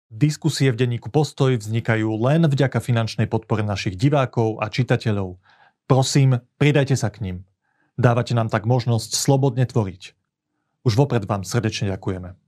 Diskusie v denníku Postoj vznikajú len vďaka finančnej podpore našich divákov a čitateľov. Prosím, pridajte sa k nim. Dávate nám tak možnosť slobodne tvoriť. Už vopred vám srdečne ďakujeme.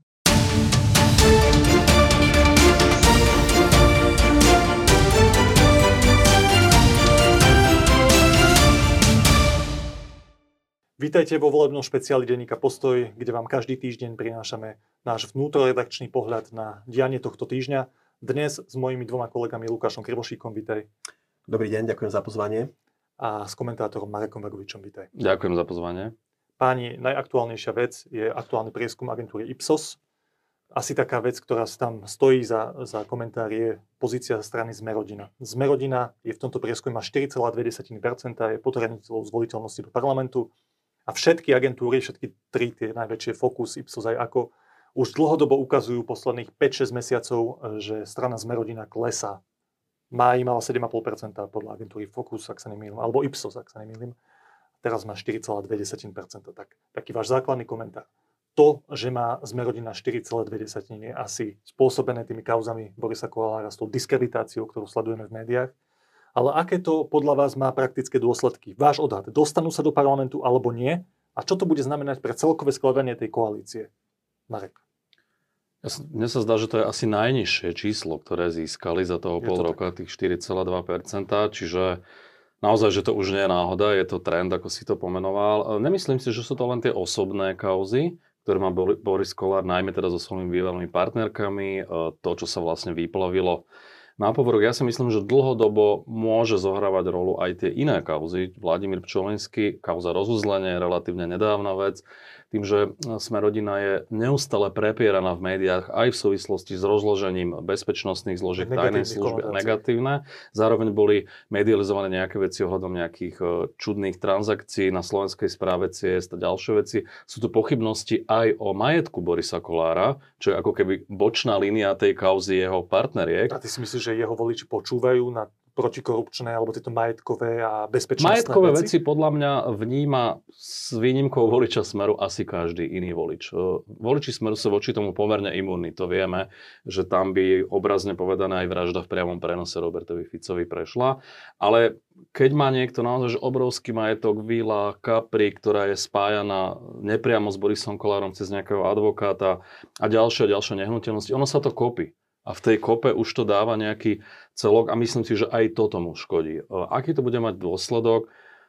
Vítajte vo volebnom špeciáli denníka Postoj, kde vám každý týždeň prinášame náš vnútroredakčný pohľad na dianie tohto týždňa. Dnes s mojimi dvoma kolegami Lukášom Krvošíkom, vítaj. Dobrý deň, ďakujem za pozvanie. A s komentátorom Marekom Vagovičom, vítaj. Ďakujem za pozvanie. Páni, najaktuálnejšia vec je aktuálny prieskum agentúry Ipsos. Asi taká vec, ktorá tam stojí za komentár, je pozícia strany Smer-Rodina. Smer-Rodina je v tomto prieskume má 4,2%, je pod hranicou zvoliteľnosti do parlamentu. A všetky agentúry, všetky tri tie najväčšie, Focus, Ipsos aj Ako, už dlhodobo ukazujú posledných 5-6 mesiacov, že strana Smer-Rodina klesá. Mala 7,5% podľa agentúry Focus, ak sa nemýlim, alebo Ipsos, ak sa nemýlim. Teraz má 4,2%. Taký váš základný komentár. To, že má Smer-Rodina 4,2%, je asi spôsobené tými kauzami Borisa Kollára s tou diskreditáciou, ktorú sledujeme v médiách. Ale aké to podľa vás má praktické dôsledky? Váš odhad, dostanú sa do parlamentu alebo nie? A čo to bude znamenať pre celkové skladanie tej koalície? Marek. Mne sa zdá, že to je asi najnižšie číslo, ktoré získali za toho pol roka, tých 4,2%. Čiže naozaj, že to už nie je náhoda, je to trend, ako si to pomenoval. Nemyslím si, že sú to len tie osobné kauzy, ktoré má Boris Kollár, najmä teda so svojimi bývalými partnerkami, to, čo sa vlastne vyplavilo na povrch. Ja si myslím, že dlhodobo môže zohrávať rolu aj tie iné kauzy. Vladimír Pčolinský, kauza rozuzlenie, relatívne nedávna vec. Tým, že Smer-Rodina je neustále prepieraná v médiách aj v súvislosti s rozložením bezpečnostných zložiek tajnej služby negatívne. Zároveň boli medializované nejaké veci ohľadom nejakých čudných transakcií na Slovenskej správe ciest a ďalšie veci. Sú tu pochybnosti aj o majetku Borisa Kollára, čo je ako keby bočná línia tej kauzy jeho partneriek. A ty si myslíš, že jeho voliči počúvajú na protikorupčné alebo tieto majetkové a bezpečnostné majetkové veci podľa mňa vníma s výnimkou voliča Smeru asi každý iný volič. Voliči Smeru sú voči tomu pomerne imúnni, to vieme, že tam by obrazne povedané aj vražda v priamom prenose Robertovi Ficovi prešla, ale keď má niekto naozaj obrovský majetok, vila, Capri, ktorá je spájaná nepriamo s Borisom Kollárom cez nejakého advokáta a ďalšie nehnuteľnosti, ono sa to kopí. A v tej kope už to dáva nejaký celok a myslím si, že aj to tomu škodí. Aký to bude mať dôsledok?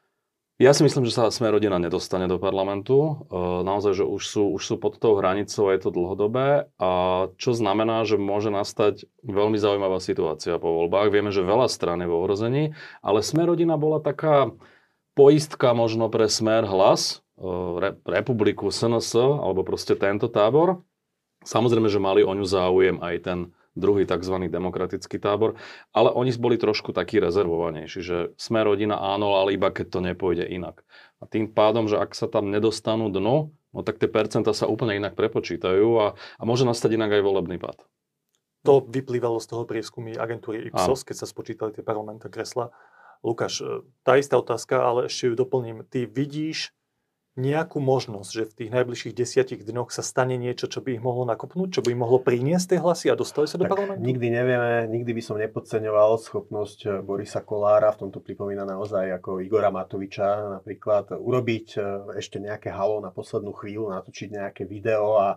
Ja si myslím, že sa Smer-Rodina nedostane do parlamentu. Naozaj, že už sú pod tou hranicou a je to dlhodobé. A čo znamená, že môže nastať veľmi zaujímavá situácia po voľbách. Vieme, že veľa strán je vo ohrození, ale Smer-Rodina bola taká poistka možno pre Smer Hlas, Republiku, SNS, alebo proste tento tábor. Samozrejme, že mali o ňu záujem aj ten druhý tzv. Demokratický tábor, ale oni boli trošku takí rezervovanejší, že Smer-Rodina áno, ale iba keď to nepôjde inak. A tým pádom, že ak sa tam nedostanú dnu, no tak tie percentá sa úplne inak prepočítajú a môže nastať inak aj volebný pád. To vyplývalo z toho prieskumu agentúry Ipsos, keď sa spočítali tie parlamentné kresla. Lukáš, tá istá otázka, ale ešte ju doplním. Ty vidíš nejakú možnosť, že v tých najbližších 10 dňoch sa stane niečo, čo by ich mohlo nakopnúť, čo by im mohlo priniesť tie hlasy a dostali sa do parlamentu? Nikdy nevieme, nikdy by som nepodceňoval schopnosť Borisa Kollára, v tomto pripomína naozaj ako Igora Matoviča napríklad, urobiť ešte nejaké halo na poslednú chvíľu, natočiť nejaké video a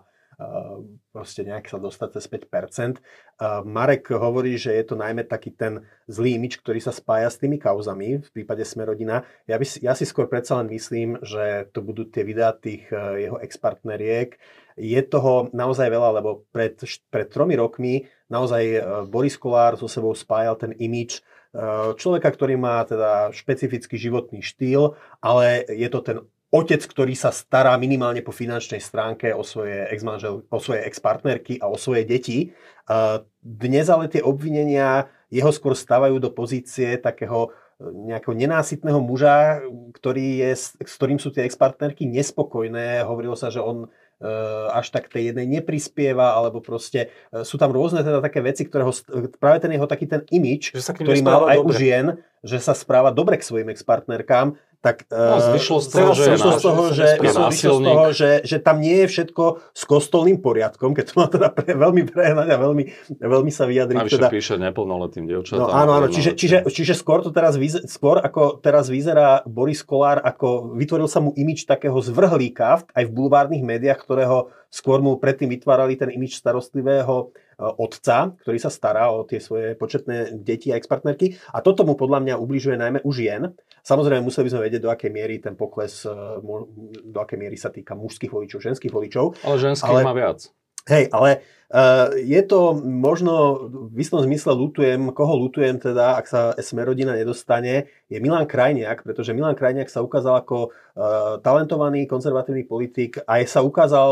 proste nejak sa dostať cez 5%. Marek hovorí, že je to najmä taký ten zlý imič, ktorý sa spája s tými kauzami v prípade Smer-Rodina. Ja si skôr predsa len myslím, že to budú tie videá tých jeho ex-partneriek. Je toho naozaj veľa, lebo pred 3 rokmi naozaj Boris Kollár so sebou spájal ten imič človeka, ktorý má teda špecifický životný štýl, ale je to ten otec, ktorý sa stará minimálne po finančnej stránke o svoje ex-partnerky a o svoje deti. Dnes ale tie obvinenia jeho skôr stavajú do pozície takého nejakého nenásytného muža, s ktorým sú tie ex-partnerky nespokojné. Hovorilo sa, že on až tak tej jednej neprispieva, alebo proste sú tam rôzne teda také veci, ktoré práve ten jeho taký ten imič, ktorý mal aj u žien, že sa správa dobre k svojim ex-partnerkám, tak vyšlo z toho, že tam nie je všetko s kostolným poriadkom, keď to má teda veľmi prehnať a veľmi sa vyjadriť. Navyše píše neplnoletým dievčatám. No, áno, čiže skôr ako teraz vyzerá Boris Kollár, ako vytvoril sa mu imič takého zvrhlíka aj v bulvárnych médiách, ktorého skôr mu predtým vytvárali ten imič starostlivého otca, ktorý sa stará o tie svoje početné deti a ex-partnerky. A toto mu podľa mňa ubližuje najmä u žien. Samozrejme, museli by sme vedieť, do akej miery ten pokles, do akej miery sa týka mužských voličov, ženských voličov. Ale ženských má viac. Hej, ale je to možno, v istom zmysle koho lutujem teda, ak sa Smer-rodina nedostane, je Milan Krajniak, pretože Milan Krajniak sa ukázal ako talentovaný konzervatívny politik a sa ukázal,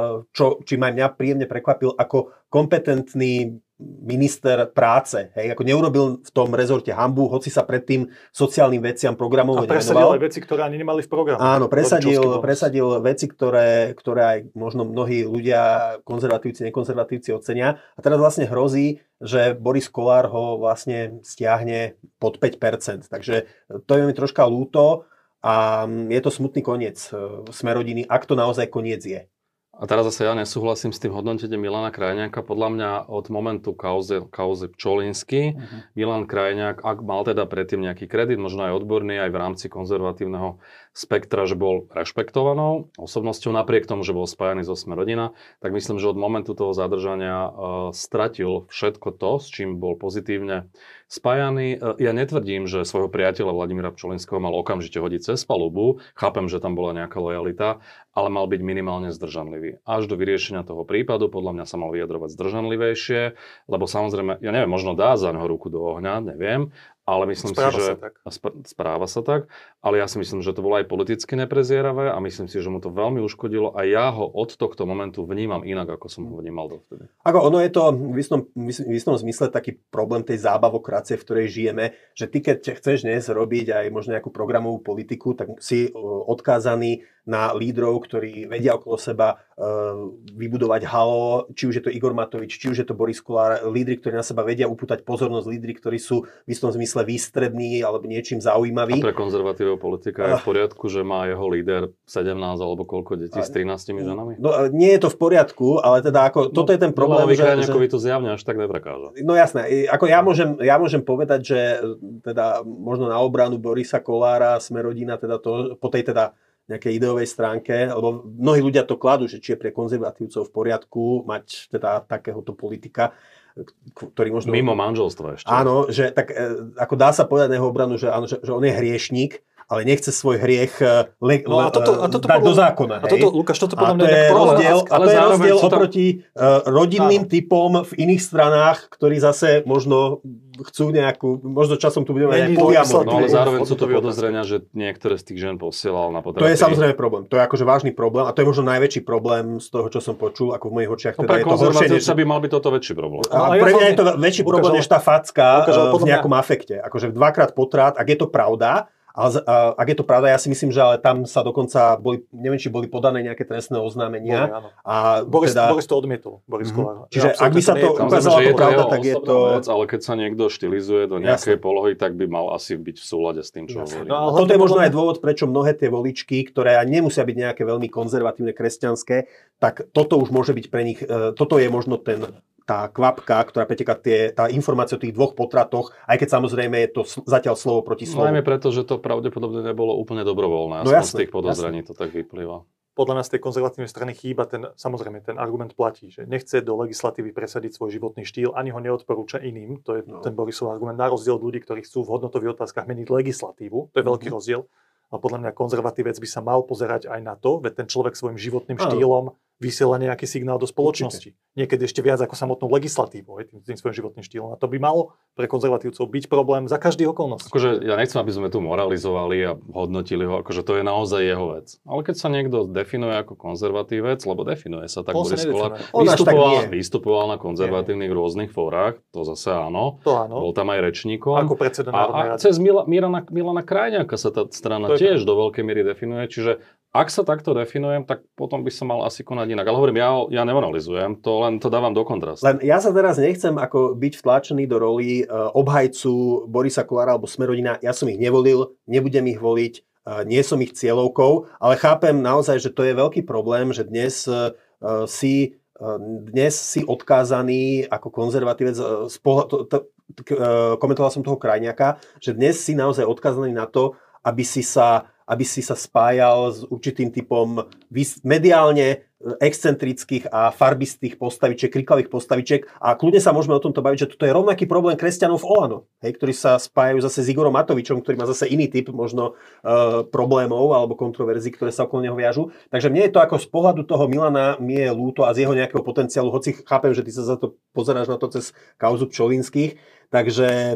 či ma mňa príjemne prekvapil, ako kompetentný minister práce. Hej, ako neurobil v tom rezorte hanbu, hoci sa predtým sociálnym veciam programovo nevenoval. A presadil aj veci, ktoré ani nemali v programe. Áno, presadil veci, ktoré aj možno mnohí ľudia, konzervatívci, nekonzervatívci ocenia. A teraz vlastne hrozí, že Boris Kollár ho vlastne stiahne pod 5%. Takže to je mi troška ľúto a je to smutný koniec Smer-rodiny, ak to naozaj koniec je. A teraz zase ja nesúhlasím s tým hodnotením Milana Krajniaka. Podľa mňa od momentu kauzy Pčolinsky, Milan Krajniak, ak mal teda predtým nejaký kredit, možno aj odborný, aj v rámci konzervatívneho spektra, že bol rešpektovanou osobnosťou, napriek tomu, že bol spájaný so Smer-rodina, tak myslím, že od momentu toho zadržania stratil všetko to, s čím bol pozitívne spájaný. Ja netvrdím, že svojho priateľa Vladimíra Pčolinského mal okamžite hodiť cez palubu. Chápem, že tam bola nejaká lojalita, ale mal byť minimálne zdržanlivý. Až do vyriešenia toho prípadu podľa mňa sa mal vyjadrovať zdržanlivejšie, lebo samozrejme, ja neviem, možno dá za ňoho ruku do ohňa, neviem, ale myslím správa sa tak, ale ja si myslím, že to bolo aj politicky neprezieravé a myslím si, že mu to veľmi uškodilo a ja ho od tohto momentu vnímam inak, ako som ho vnímal dovtedy. Ako ono je to v istom zmysle taký problém tej zábavokracie, v ktorej žijeme, že ty keď chceš dnes robiť aj možno nejakú programovú politiku, tak si odkázaný na lídrov, ktorí vedia okolo seba vybudovať halo, či už je to Igor Matovič, či už je to Boris Kollár, lídri, ktorí na seba vedia upútať pozornosť, lídri, ktorí sú v istom zmysle výstrední alebo niečím zaujímaví. A pre konzervatívneho politika je v poriadku, že má jeho líder 17 alebo koľko detí s 13 ženami? No, nie je to v poriadku, ale teda ako toto je ten problém, že Krajniakovi to zjavne až tak neprekáža. No jasné, ako ja môžem povedať, že teda možno na obranu Borisa Kollára, Smer-rodina, teda to po tej teda nejakej ideovej stránke, lebo mnohí ľudia to kladú, že či je pre konzervatívcov v poriadku mať teda takéhoto politika, ktorý možno... Mimo manželstva ešte. Áno, že tak ako dá sa povedať na jeho obranu, že áno, že on je hriešník, ale nechce svoj hriech dať do zákona. A toto, Lukáš, toto podľa mňa je rozdiel, a to je rozdiel oproti rodinným typom v iných stranách, ktorí zase možno chcú nejakú, možno časom tu budeme aj poliamor. No ale zároveň sú to podozrenia, že niektoré z tých žien posielal na potratiny. To je samozrejme problém. To je akože vážny problém a to je možno najväčší problém z toho, čo som počul, ako v mojich očiach. Teda pre konzervatívca by mal byť toto väčší problém. A pre mňa je to väčší problém než tá facka v nejakom afekte. Akože dvakrát potrat, ak je to pravda, a ak je to pravda, ja si myslím, že ale tam sa dokonca neviem, či boli podané nejaké trestné oznámenia. Boris to odmietol, Boris Kollár. Čiže ak by sa to ukázalo ako pravda, tak je to... Vec, ale keď sa niekto štilizuje do nejakej polohy, tak by mal asi byť v súlade s tým, čo hovorí. No, toto je možno aj dôvod, prečo mnohé tie voličky, ktoré nemusia byť nejaké veľmi konzervatívne, kresťanské, tak toto už môže byť pre nich, toto je možno tá kvapka, ktorá preteká tá informácia o tých dvoch potratoch, aj keď samozrejme je to zatiaľ slovo proti slovu. Najmä preto, že to pravdepodobne nebolo úplne dobrovoľné. Aspoň z tých podozrení to tak vyplýva. Podľa nás tej konzervatívnej strany chýba samozrejme ten argument platí, že nechce do legislatívy presadiť svoj životný štýl, ani ho neodporúča iným. To je ten Borisov argument, na rozdiel od ľudí, ktorí chcú v hodnotových otázkach meniť legislatívu. To je veľký rozdiel. A podľa mňa konzervatívec by sa mal pozerať aj na to, veď ten človek svojim životným štýlom vysiela nejaký signál do spoločnosti. Niekedy ešte viac ako samotnou legislatívou, tým svojím životným štýlom. A to by malo pre konzervatívcov byť problém za každých okolností. Akože ja nechcem, aby sme tu moralizovali a hodnotili ho, akože to je naozaj jeho vec. Ale keď sa niekto definuje ako konzervatívec, lebo definuje sa tak, Boris Kollár vystupoval na konzervatívnych rôznych fórach, to zase áno. To áno. Bol tam aj rečníkom. Ako predseda Národnej rady. A cez Milana Krajniaka sa tá strana tiež do veľkej miery definuje, čiže ak sa takto definujem, tak potom by som mal asi konať inak. Ale hovorím, ja nemoralizujem, len to dávam do kontrastu. Len ja sa teraz nechcem ako byť vtlačený do roli obhajcu Borisa Kollára alebo Smer-rodina. Ja som ich nevolil, nebudem ich voliť nie som ich cieľovkou, ale chápem naozaj, že to je veľký problém, že dnes si odkázaný ako konzervatívec, komentoval som toho Krajniaka, že dnes si naozaj odkázaný na to, aby si sa spájal s určitým typom mediálne excentrických a farbistých postavičiek, kriklavých postavičiek a kľudne sa môžeme o tomto baviť, že toto je rovnaký problém kresťanov v Olano, ktorí sa spájajú zase s Igorom Matovičom, ktorý má zase iný typ možno problémov alebo kontroverzií, ktoré sa okolo neho viažú. Takže mne je to ako z pohľadu toho Milana mi je ľúto a z jeho nejakého potenciálu, hoci chápem, že ty sa za to pozeráš na to cez kauzu Pčolinských, takže,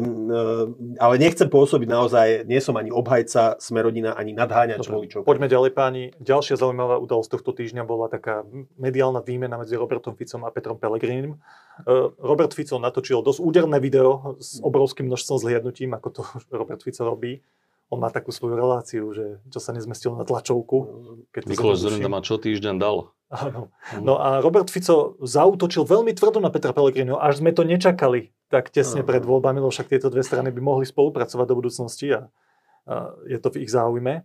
ale nechcem pôsobiť naozaj, nie som ani obhajca Smerodina, ani nadháňač voličov. Poďme ďalej, páni. Ďalšia zaujímavá udalosť tohto týždňa bola taká mediálna výmena medzi Robertom Ficom a Petrom Pellegrinim. Robert Fico natočil dosť úderné video s obrovským množstvom zliadnutím, ako to Robert Fico robí. On má takú svoju reláciu, že čo sa nezmestilo na tlačovku. Mikuláš Zurinda má čo týždeň dal. Áno. No a Robert Fico zaútočil veľmi tvrdo na Petra Pellegriniho, až sme to nečakali tak tesne pred voľbami, lebo však tieto dve strany by mohli spolupracovať do budúcnosti a je to v ich záujme.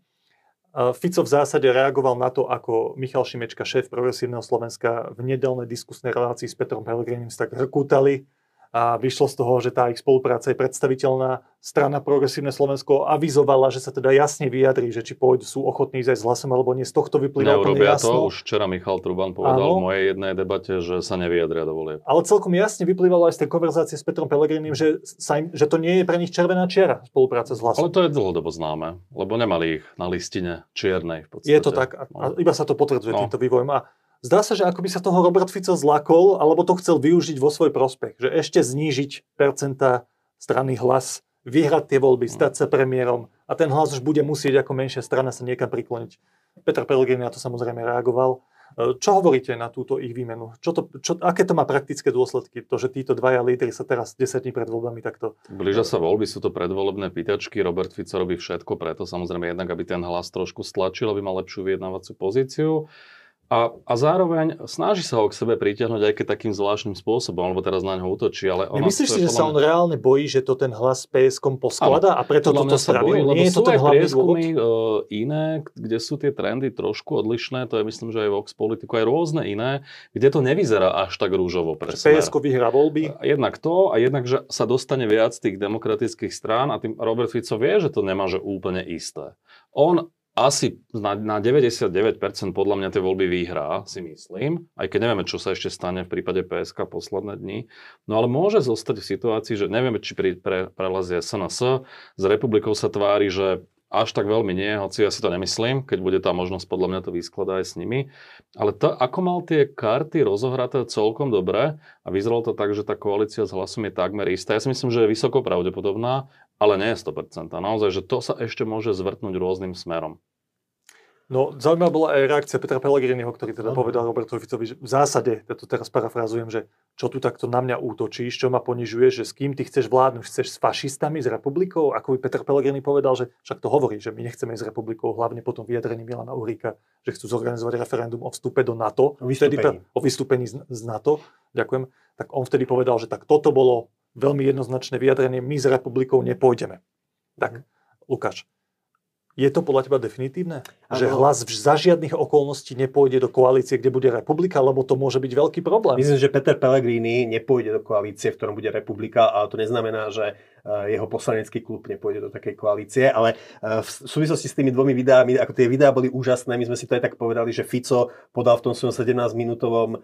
Fico v zásade reagoval na to, ako Michal Šimečka, šéf Progresívneho Slovenska, v nedeľnej diskusnej relácii s Petrom Pellegrinim tak rkútali a vyšlo z toho, že tá ich spolupráca je predstaviteľná. Strana Progresívne Slovensko avizovala, že sa teda jasne vyjadrí, že či sú ochotní ísť aj s hlasom alebo nie. Z tohto vyplýva úplne jasno. To. Už včera Michal Truban povedal v mojej jednej debate, že sa nevyjadria do volieb. Ale celkom jasne vyplývalo aj z tej konverzácie s Petrom Pellegrinim, že to nie je pre nich červená čiara spolupráca s hlasom. Ale to je dlhodobo známe, lebo nemali ich na listine čiernej v podstate. Je to tak a iba sa to potvrdzuje týmto vývojom. A zdá sa, že ako by sa toho Robert Fico zlakol, alebo to chcel využiť vo svoj prospech. Že ešte znížiť percentá strany Hlas, vyhrať tie voľby, stať sa premiérom a ten Hlas už bude musieť ako menšia strana sa niekam prikloniť. Peter Pellegrini na to samozrejme reagoval. Čo hovoríte na túto ich výmenu? Aké to má praktické dôsledky? To, že títo dvaja lídri sa teraz 10 dní pred voľbami takto... Blížia sa voľby, sú to predvolebné pýtačky. Robert Fico robí všetko preto, samozrejme jednak, aby ten Hlas trošku stlačil, aby mal lepšiu vyjednávaciu pozíciu. A zároveň snaží sa ho k sebe pritiahnuť aj keď takým zvláštnym spôsobom, lebo teraz na ňo útočí. Ale myslíš si, že sa on reálne bojí, že to ten Hlas PSK poskladá a preto toto spravil? Nie je to ten hlavný dôvod? Iné, kde sú tie trendy trošku odlišné, to je myslím, že aj Vox Politico, aj rôzne iné, kde to nevyzerá až tak rúžovo pre Smer. PSK vyhrá voľby? Jednak to a jednak, že sa dostane viac tých demokratických strán a tým Robert Fico vie, že to nemá že úplne isté. On asi na 99% podľa mňa tie voľby vyhrá, si myslím, aj keď nevieme, čo sa ešte stane v prípade PSK posledné dni. No ale môže zostať v situácii, že nevieme, či prelezie SNS. S Republikou sa tvári, že až tak veľmi nie, hoci ja si to nemyslím, keď bude tá možnosť, podľa mňa to vyskladá aj s nimi. Ale to, ako mal tie karty rozohraté celkom dobre a vyzeralo to tak, že tá koalícia s Hlasom je takmer istá. Ja si myslím, že je vysoko pravdepodobná, ale nie je 100%. Naozaj, že to sa ešte môže zvrtnúť rôznym smerom. No, zaujímavá bola aj reakcia Petra Pellegriniho, ktorý teda povedal Robertovi Ficovi, že v zásade, ja to teraz parafrázujem, že čo tu takto na mňa útočíš, čo ma ponižuješ, že s kým ty chceš vládnuť, chceš s fašistami, s republikou? Ako by Peter Pellegrini povedal, že však to hovorí, že my nechceme ísť s republikou, hlavne potom vyjadrení Milana Uhríka, že chcú zorganizovať referendum o vstupe do NATO, o vystúpení z NATO, ďakujem, tak on vtedy povedal, že tak toto bolo veľmi jednoznačné vyjadrenie, my s republikou nepôjdeme. Tak, Lukáš, je to podľa teba definitívne? Že Hlas za žiadnych okolností nepôjde do koalície, kde bude republika, lebo to môže byť veľký problém. Myslím, že Peter Pellegrini nepôjde do koalície, v ktorom bude republika, ale to neznamená, že jeho poslanecký klub nepôjde do takej koalície, ale v súvislosti s tými dvomi videami, ako tie videá boli úžasné, my sme si to aj tak povedali, že Fico podal v tom svojom 17-minútovom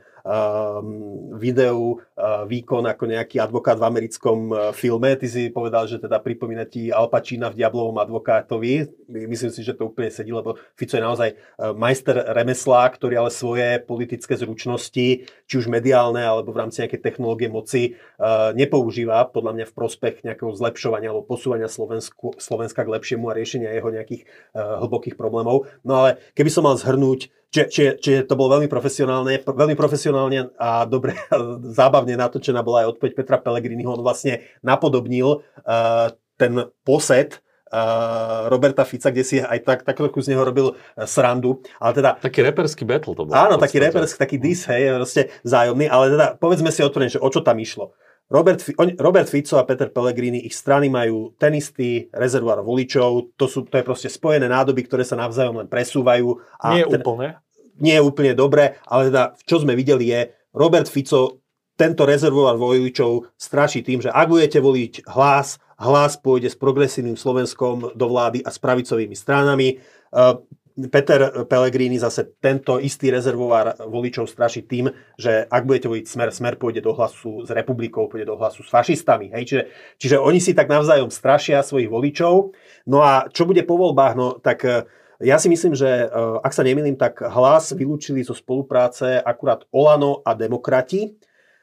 videu výkon ako nejaký advokát v americkom filme. Ty si povedal, že teda pripomína ti Al Pacina v Diablovom advokátovi. Myslím si, že to úplne sedí, lebo Fico je naozaj majster remesla, ktorý ale svoje politické zručnosti, či už mediálne, alebo v rámci nejakej technológie moci, nepoužíva podľa mňa v prospech nejakého zlepšovania alebo posúvania Slovenska k lepšiemu a riešenia jeho nejakých hlbokých problémov. No ale keby som mal zhrnúť, čiže to bolo veľmi profesionálne a dobre, zábavne natočená bola aj odpoveď Petra Pellegriniho. On vlastne napodobnil ten posed Roberta Fica, kde si aj tak trochu z neho robil srandu. Ale teda, taký reperský battle to bol. Áno, taký reperský, taký diss, hej, proste vzájomný, ale teda povedzme si otvorene, že o čo tam išlo. Robert Fico a Peter Pellegrini, ich strany majú ten istý rezervoár voličov, to je proste spojené nádoby, ktoré sa navzájom len presúvajú. A nie je úplne dobre, ale teda, čo sme videli je, Robert Fico tento rezervoár voličov straší tým, že ak budete voliť Hlas pôjde s Progresívnym Slovenskom do vlády a s pravicovými stranami. Peter Pellegrini zase tento istý rezervoár voličov straší tým, že ak budete voliť Smer pôjde do Hlasu s Republikou, pôjde do Hlasu s fašistami. Hej? Čiže oni si tak navzájom strašia svojich voličov. No a čo bude po voľbách? No tak ja si myslím, že ak sa nemýlim, tak Hlas vylúčili zo spolupráce akurát Olano a Demokrati.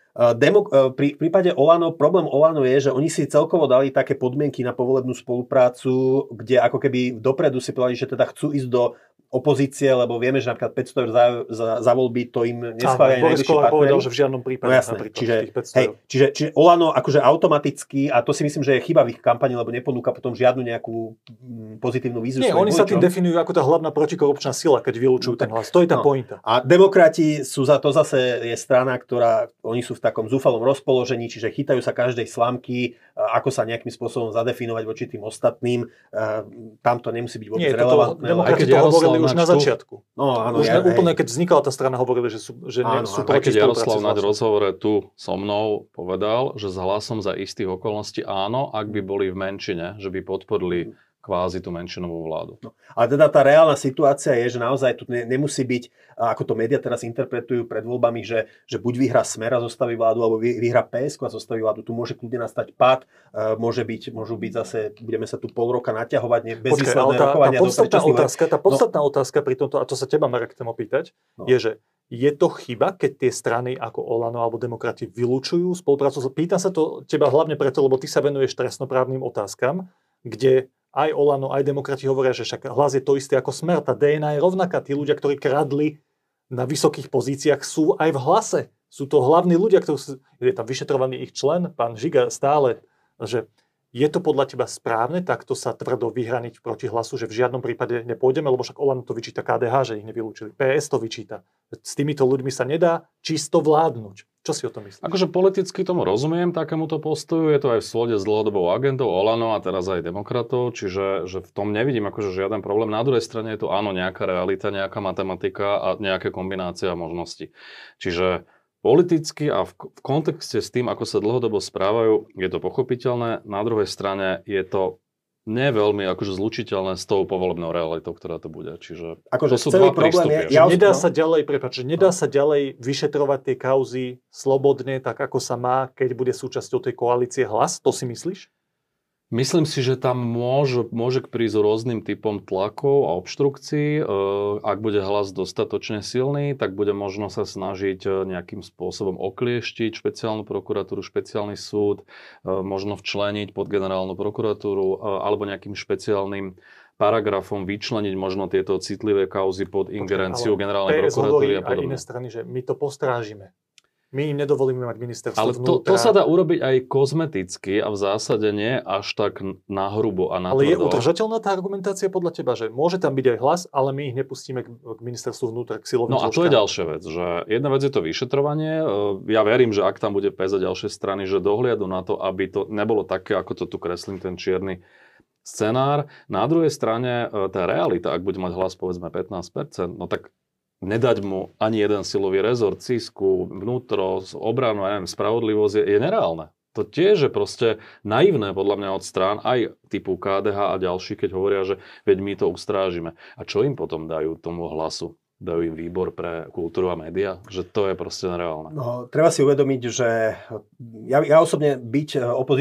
Pri prípade Olano, problém Olano je, že oni si celkovo dali také podmienky na povolebnú spoluprácu, kde ako keby dopredu si povedali, že teda chcú ísť do opozície, lebo vieme, že napríklad 500 eur za voľby to im neschvália ani najbližší partneri. Povedal, že v žiadnom prípade. No jasné, čiže Olano akože automaticky, a to si myslím, že je chyba v ich kampani, lebo neponúka potom žiadnu nejakú pozitívnu víziu. Nie, oni sa tým definujú ako tá hlavná protikorupčná sila, keď vylúčujú ten hlas. To je tá pointa. A Demokrati sú to zase je strana, ktorá, oni sú v takom zúfalom rozpoložení, čiže chytajú sa každej slamky, ako sa nejakým spôsobom zadefinovať voči tým ostatným. Tam to nemusí byť vôbec relevantné. Demokrati to hovorili už na začiatku. No, áno, už úplne, keď vznikala tá strana, hovorili, že sú proti spolupráci. Keď Jaroslav Naď v rozhovore tu so mnou povedal, že s Hlasom za istých okolností áno, ak by boli v menšine, že by podporili kvázi tú menšinovú vládu. No, ale teda tá reálna situácia je, že naozaj tu nemusí byť, ako to médiá teraz interpretujú pred voľbami, že buď vyhrá Smer a zostaví vládu, alebo vyhrá PSK a zostaví vládu. Tu môže kľudne nastať pád, môžu byť zase, budeme sa tu pol roka naťahovať, bezvýsledné rokovania. Tá podstatná otázka pri tomto, a to sa teba, Marek, chcem opýtať, je, že je to chyba, keď tie strany ako Olano alebo Demokrati vylúčujú spoluprácu? Pýtam sa to teba hlavne preto, lebo ty sa venuješ trestnoprávnym otázkam, kde aj Olano, aj Demokrati hovoria, že však Hlas je to isté ako Smer. Tá DNA je rovnaká. Tí ľudia, ktorí kradli na vysokých pozíciách, sú aj v Hlase. Sú to hlavní ľudia, je tam vyšetrovaný ich člen, pán Žiga stále, že je to podľa teba správne takto sa tvrdo vyhraniť proti Hlasu, že v žiadnom prípade nepôjdeme, lebo však Olano to vyčíta KDH, že ich nevylúčili. PS to vyčíta. S týmito ľuďmi sa nedá čisto vládnuť. Čo si o tom myslíš? Akože politicky tomu rozumiem, takémuto postoju. Je to aj v súlade s dlhodobou agendou Olano a teraz aj Demokratov, čiže že v tom nevidím akože žiaden problém. Na druhej strane je tu áno nejaká realita, nejaká matematika a nejaké kombinácia možností. Čiže politicky a v kontexte s tým, ako sa dlhodobo správajú, je to pochopiteľné. Na druhej strane je to nie veľmi akože zlučiteľné s tou povolebnou realitou, ktorá to bude. Čiže akože to sú dva prístupy. Nedá sa ďalej vyšetrovať tie kauzy slobodne, tak ako sa má, keď bude súčasťou tej koalície Hlas? To si myslíš? Myslím si, že tam môže prísť rôznym typom tlakov a obštrukcií. Ak bude Hlas dostatočne silný, tak bude možno sa snažiť nejakým spôsobom oklieštiť špeciálnu prokuratúru, špeciálny súd, možno včleniť pod generálnu prokuratúru alebo nejakým špeciálnym paragrafom vyčleniť možno tieto citlivé kauzy pod ingerenciu generálnej prokuratúry a podobne. Aj iné strany, že my to postrážime. My im nedovolíme mať ministerstvo vnútra. Ale to sa dá urobiť aj kozmeticky a v zásade nie až tak nahrubo a natvrdo. Ale je udržateľná tá argumentácia podľa teba, že môže tam byť aj Hlas, ale my ich nepustíme k ministerstvu vnútra, k silovým zložkám? No a to je ďalšia vec, že jedna vec je to vyšetrovanie. Ja verím, že ak tam bude PS a ďalšie strany, že dohliadu na to, aby to nebolo také, ako to tu kreslím, ten čierny scenár. Na druhej strane tá realita, ak bude mať Hlas povedzme 15%, no tak nedať mu ani jeden silový rezort, CISku, vnútro, obranu, spravodlivosť je nereálne. To tiež je proste naivné podľa mňa od strán, aj typu KDH a ďalší, keď hovoria, že veď my to ustrážime. A čo im potom dajú tomu Hlasu? Dajú im výbor pre kultúru a média? Že to je proste nereálne. No, treba si uvedomiť, že ja osobne byť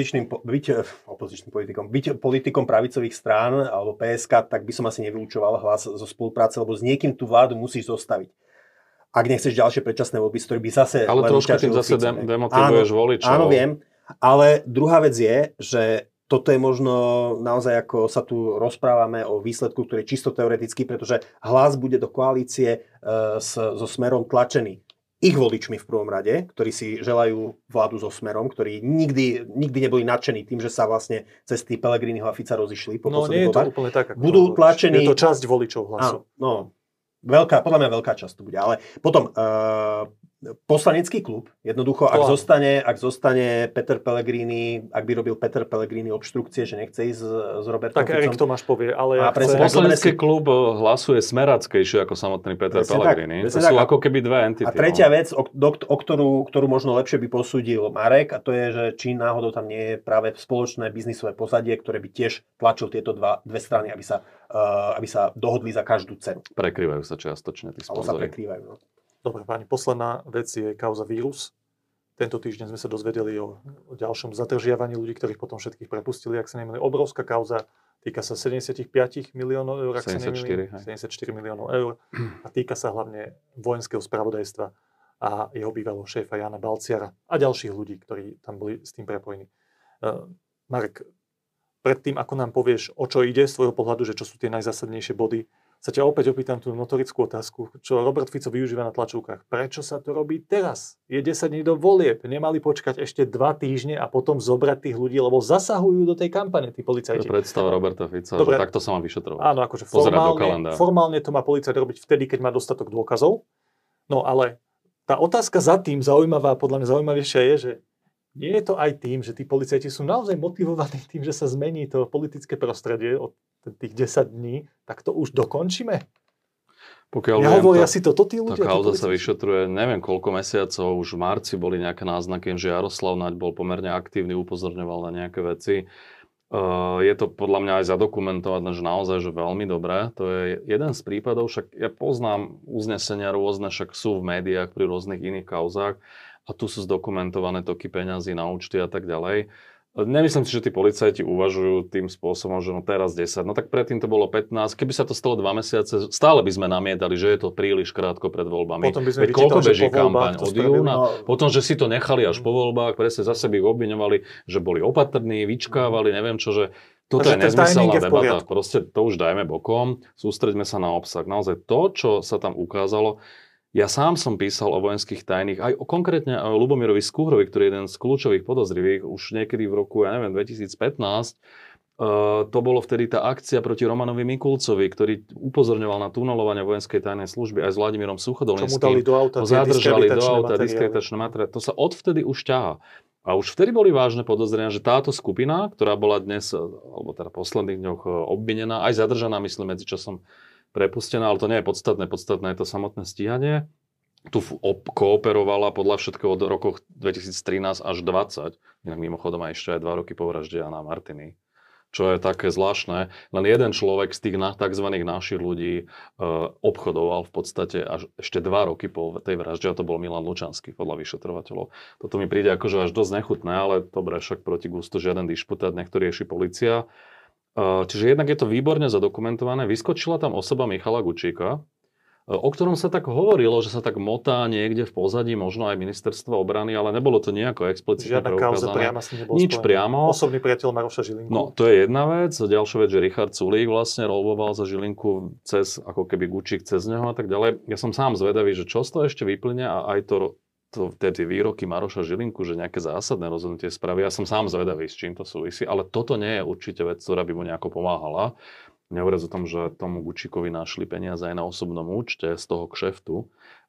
politikom pravicových strán alebo PSK, tak by som asi nevylúčoval Hlas zo spolupráce, lebo s niekým tú vládu musíš zostaviť. Ak nechceš ďalšie predčasné voľby, z ktorých by zase... Ale trošku tým zase demotivuješ voličov. Áno, viem. Ale druhá vec je, že toto je možno naozaj, ako sa tu rozprávame o výsledku, ktorý je čisto teoretický, pretože Hlas bude do koalície so Smerom tlačený ich voličmi v prvom rade, ktorí si želajú vládu so Smerom, ktorí nikdy neboli nadšení tým, že sa vlastne cesty Pellegriniho a Fica rozišli. No nie je to úplne tak. Budú tlačení... Je to časť voličov Hlasu. Podľa mňa veľká časť to bude. Ale potom poslanecký klub. Jednoducho, ak zostane Peter Pellegrini, ak by robil Peter Pellegrini obštrukcie, že nechce ísť s Robertom tak Erik Tomáš povie, ale poslanecký klub hlasuje smerackejšie ako samotný Peter Pellegrini. To sú ako keby dve entity. A tretia vec, ktorú možno lepšie by posúdil Marek, a to je, že či náhodou tam nie je práve spoločné biznisové pozadie, ktoré by tiež tlačil tieto dve strany, aby sa dohodli za každú cenu. Prekrývajú sa čiastočne tí sponzori. Dobre, páni, posledná vec je kauza vírus. Tento týždeň sme sa dozvedeli o ďalšom zadržiavaní ľudí, ktorých potom všetkých prepustili, ak sa nemýlim. Obrovská kauza, týka sa 75 miliónov eur, ak sa nemýlim. 74 miliónov eur. A týka sa hlavne vojenského spravodajstva a jeho bývalého šéfa Jana Balciara a ďalších ľudí, ktorí tam boli s tým prepojení. Marek, predtým, ako nám povieš, o čo ide z tvojho pohľadu, že čo sú tie najzásadnejšie body, sa ťa opäť opýtam tú notorickú otázku, čo Robert Fico využíva na tlačovkách. Prečo sa to robí teraz? Je 10 dní do volieb. Nemali počkať ešte 2 týždne a potom zobrať tých ľudí, lebo zasahujú do tej kampane tí policajti. To je predstava Roberta Fica, že takto sa má vyšetrovať. Áno, akože formálne to má policajt robiť vtedy, keď má dostatok dôkazov. No ale tá otázka za tým zaujímavá, podľa mňa zaujímavejšia je, že nie je to aj tým, že tí policajti sú naozaj motivovaní tým, že sa zmení to politické prostredie od tých 10 dní, tak to už dokončíme? Nehovoria si toto tí ľudia? Tá kauza sa vyšetruje, neviem koľko mesiacov, už v marci boli nejaké náznaky, že Jaroslav Naď bol pomerne aktívny, upozorňoval na nejaké veci. Je to podľa mňa aj zadokumentované, že naozaj že veľmi dobré. To je jeden z prípadov, však ja poznám uznesenia rôzne, však sú v médiách pri rôznych iných kauzách. A tu sú zdokumentované toky peňazí na účty a tak ďalej. Nemyslím si, že tí policajti uvažujú tým spôsobom, že no teraz 10, no tak predtým to bolo 15. Keby sa to stalo 2 mesiace, stále by sme namietali, že je to príliš krátko pred voľbami. Potom by sme koľko beží kampaň od júna, potom, že si to nechali až po voľbách, presne zase by ich obviňovali, že boli opatrní, vyčkávali, neviem čo, že toto je nezmyselná debata. Proste to už dajme bokom, sústreďme sa na obsah. Naozaj to, čo sa tam ukázalo. Ja sám som písal o vojenských tajných, aj konkrétne o Ľubomirovi Skúhrovi, ktorý je jeden z kľúčových podozrivých, už niekedy v roku, 2015. To bolo vtedy tá akcia proti Romanovi Mikulcovi, ktorý upozorňoval na tunelovanie vojenskej tajnej služby aj s Vladimírom Suchodolinským. Čo mu dali do auta zadržali do auta diskreditačné materiály. To sa odvtedy už ťahá. A už vtedy boli vážne podozrenia, že táto skupina, ktorá bola dnes, alebo teda posledných dňoch obvinená, aj zadržaná, myslím, medzičasom prepustená, ale to nie je podstatné. Podstatné je to samotné stíhanie. Tu kooperovala podľa všetkého od rokoch 2013 až 2020. Inak mimochodom aj ešte aj 2 roky po vražde Jana Martiny. Čo je také zvláštne. Len jeden človek z tých tzv. Našich ľudí obchodoval v podstate až ešte 2 roky po tej vražde, a to bol Milan Lučanský podľa vyšetrovateľov. Toto mi príde akože až dosť nechutné, ale dobre, však proti gustu žiaden dišputát, nech to rieši polícia. Čiže jednak je to výborne zadokumentované. Vyskočila tam osoba Michala Gučíka, o ktorom sa tak hovorilo, že sa tak motá niekde v pozadí, možno aj ministerstvo obrany, ale nebolo to nejako explicitne preukázané. Žiadna kauza priama s ním nebolo nič spojené. Priamo. Osobný priateľ Maroša Žilinku. No, to je jedna vec. Ďalšia vec, že Richard Sulík vlastne roboval za Žilinku cez, ako keby Gučík cez neho a tak ďalej. Ja som sám zvedavý, že čo z toho ešte vyplyne a aj tie výroky Maroša Žilinku, že nejaké zásadné rozhodnutie spraví. Ja som sám zvedavý, s čím to súvisí, ale toto nie je určite vec, ktorá by mu nejako pomáhala. Nehovoriac o tom, že tomu Gučíkovi našli peniaze aj na osobnom účte z toho kšeftu,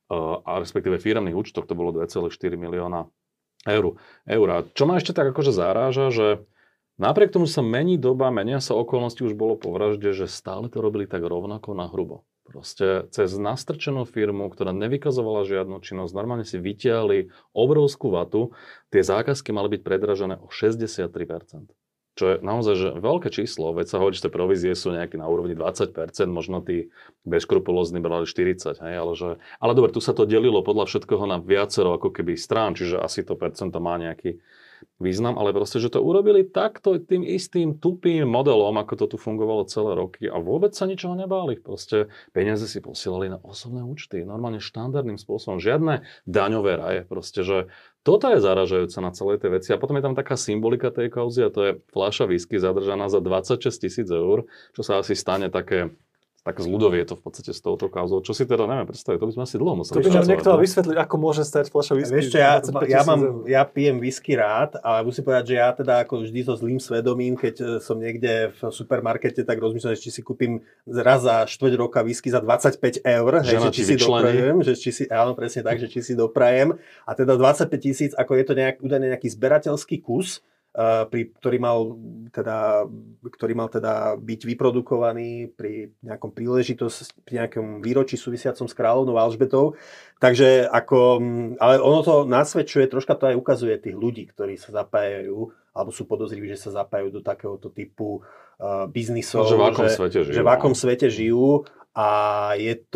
a respektíve firemných účtoch, to bolo 2,4 milióna eur. A čo ma ešte tak akože zaráža, že napriek tomu, že sa mení doba, menia sa okolnosti, už bolo po vražde, že stále to robili tak rovnako na hrubo. Proste cez nastrčenú firmu, ktorá nevykazovala žiadnu činnosť, normálne si vytiahli obrovskú vatu, tie zákazky mali byť predražené o 63%. Čo je naozaj že veľké číslo, veď sa hovorí, že tie provízie sú nejaké na úrovni 20%, možno tí bezkrupulózni brali 40%, hej, ale dobre, tu sa to delilo podľa všetkého na viacero ako keby strán, čiže asi to percento má nejaký význam, ale proste, že to urobili takto tým istým tupým modelom, ako to tu fungovalo celé roky a vôbec sa ničoho nebáli. Proste peniaze si posielali na osobné účty, normálne štandardným spôsobom, žiadne daňové raje, proste, že toto je zaražajúce na celej tej veci. A potom je tam taká symbolika tej kauzy a to je fľaša whisky zadržaná za 26 000 eur, čo sa asi stane také tak zľudovie je to v podstate s touto kauzou. Čo si teda neviem predstaviť, to by sme asi dlho museli. To by nám niekto vysvetliť, ako môže stať fľaša whisky. Vieš čo, ja pijem whisky rád, ale musím povedať, že ja teda ako vždy so zlým svedomím, keď som niekde v supermarkete, tak rozmýšľam, či si kúpim raz za štvrť roka whisky za 25 eur, že či si doprajem, áno, presne tak, že či si doprajem. A teda 25 000, ako je to údajne nejaký zberateľský kus, ktorý mal teda byť vyprodukovaný pri nejakom príležitosti, pri nejakom výročí súvisiacom s kráľovnou Alžbetou. Takže ale ono to nasvedčuje, troška to aj ukazuje tých ľudí, ktorí sa zapájajú, alebo sú podozriví, že sa zapájajú do takéhoto typu biznisov. Že v akom svete žijú. A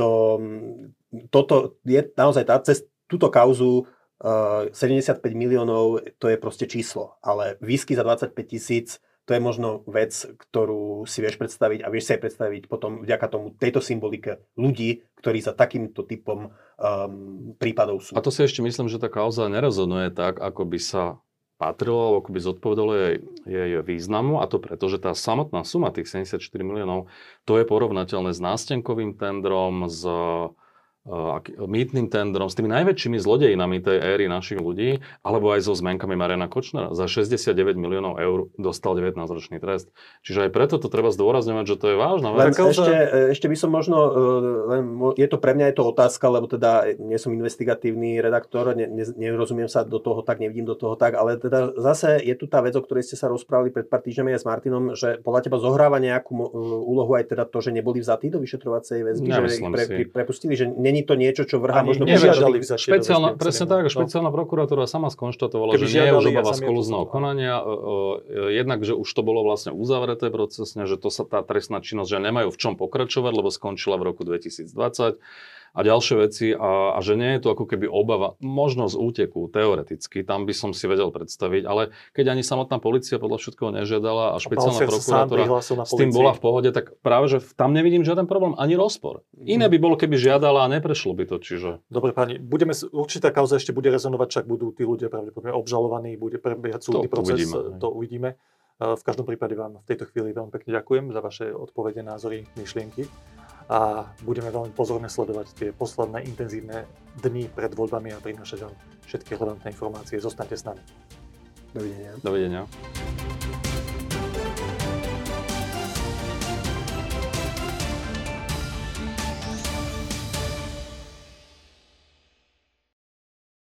toto je naozaj cez túto kauzu 75 miliónov, to je proste číslo, ale whisky za 25 000, to je možno vec, ktorú si vieš predstaviť a vieš si aj predstaviť potom vďaka tejto symbolike ľudí, ktorí za takýmto typom prípadov sú. A to si ešte myslím, že tá kauza nerezonuje tak, ako by sa patrilo, alebo ako by zodpovedalo jej významu, a to preto, že tá samotná suma tých 74 miliónov, to je porovnateľné s nástenkovým tendrom, s mýtnym tendrom, s tými najväčšími zlodejinami tej éry našich ľudí, alebo aj so zmenkami Mariana Kočnera. Za 69 miliónov eur dostal 19-ročný trest. Čiže aj preto to treba zdôrazňovať, že to je vážna vec. Ešte by som možno, je to pre mňa je to otázka, lebo teda nie som investigatívny redaktor, nerozumiem sa do toho tak, nevidím do toho tak, ale teda zase je tu tá vec, o ktorej ste sa rozprávali pred pár týždňami aj s Martinom, že podľa teba zohráva nejakú úlohu aj teda to, že neboli vzatí do vyšetrovacej väzby, že ich prepustili, že není to niečo, čo vrhá možno nežiadali presne tak, špeciálna prokuratúra sama skonštatovala, že nie je už obava z kolúzneho konania. Jednak, že už to bolo vlastne uzavreté procesne, že to sa tá trestná činnosť, že nemajú v čom pokračovať, lebo skončila v roku 2020. A ďalšie veci, a že nie je to ako keby obava, možnosť úteku, teoreticky, tam by som si vedel predstaviť, ale keď ani samotná polícia podľa všetkého nežiadala a špeciálna prokuratúra s tým bola v pohode, tak práve, že tam nevidím žiaden problém, ani rozpor. Iné by bolo, keby žiadala a neprešlo by to, čiže... Dobre, páni, určitá kauza ešte bude rezonovať, však budú tí ľudia pravdepodobne obžalovaní, bude prebiehať súdny proces, to uvidíme. V každom prípade vám v tejto chvíli veľmi pekne ďakujem za vaše odpovede, názory, myšlienky. A budeme veľmi pozorne sledovať tie posledné intenzívne dni pred voľbami a prinášať vám všetky relevantné informácie. Zostaňte s nami. Dovidenia. Dovidenia.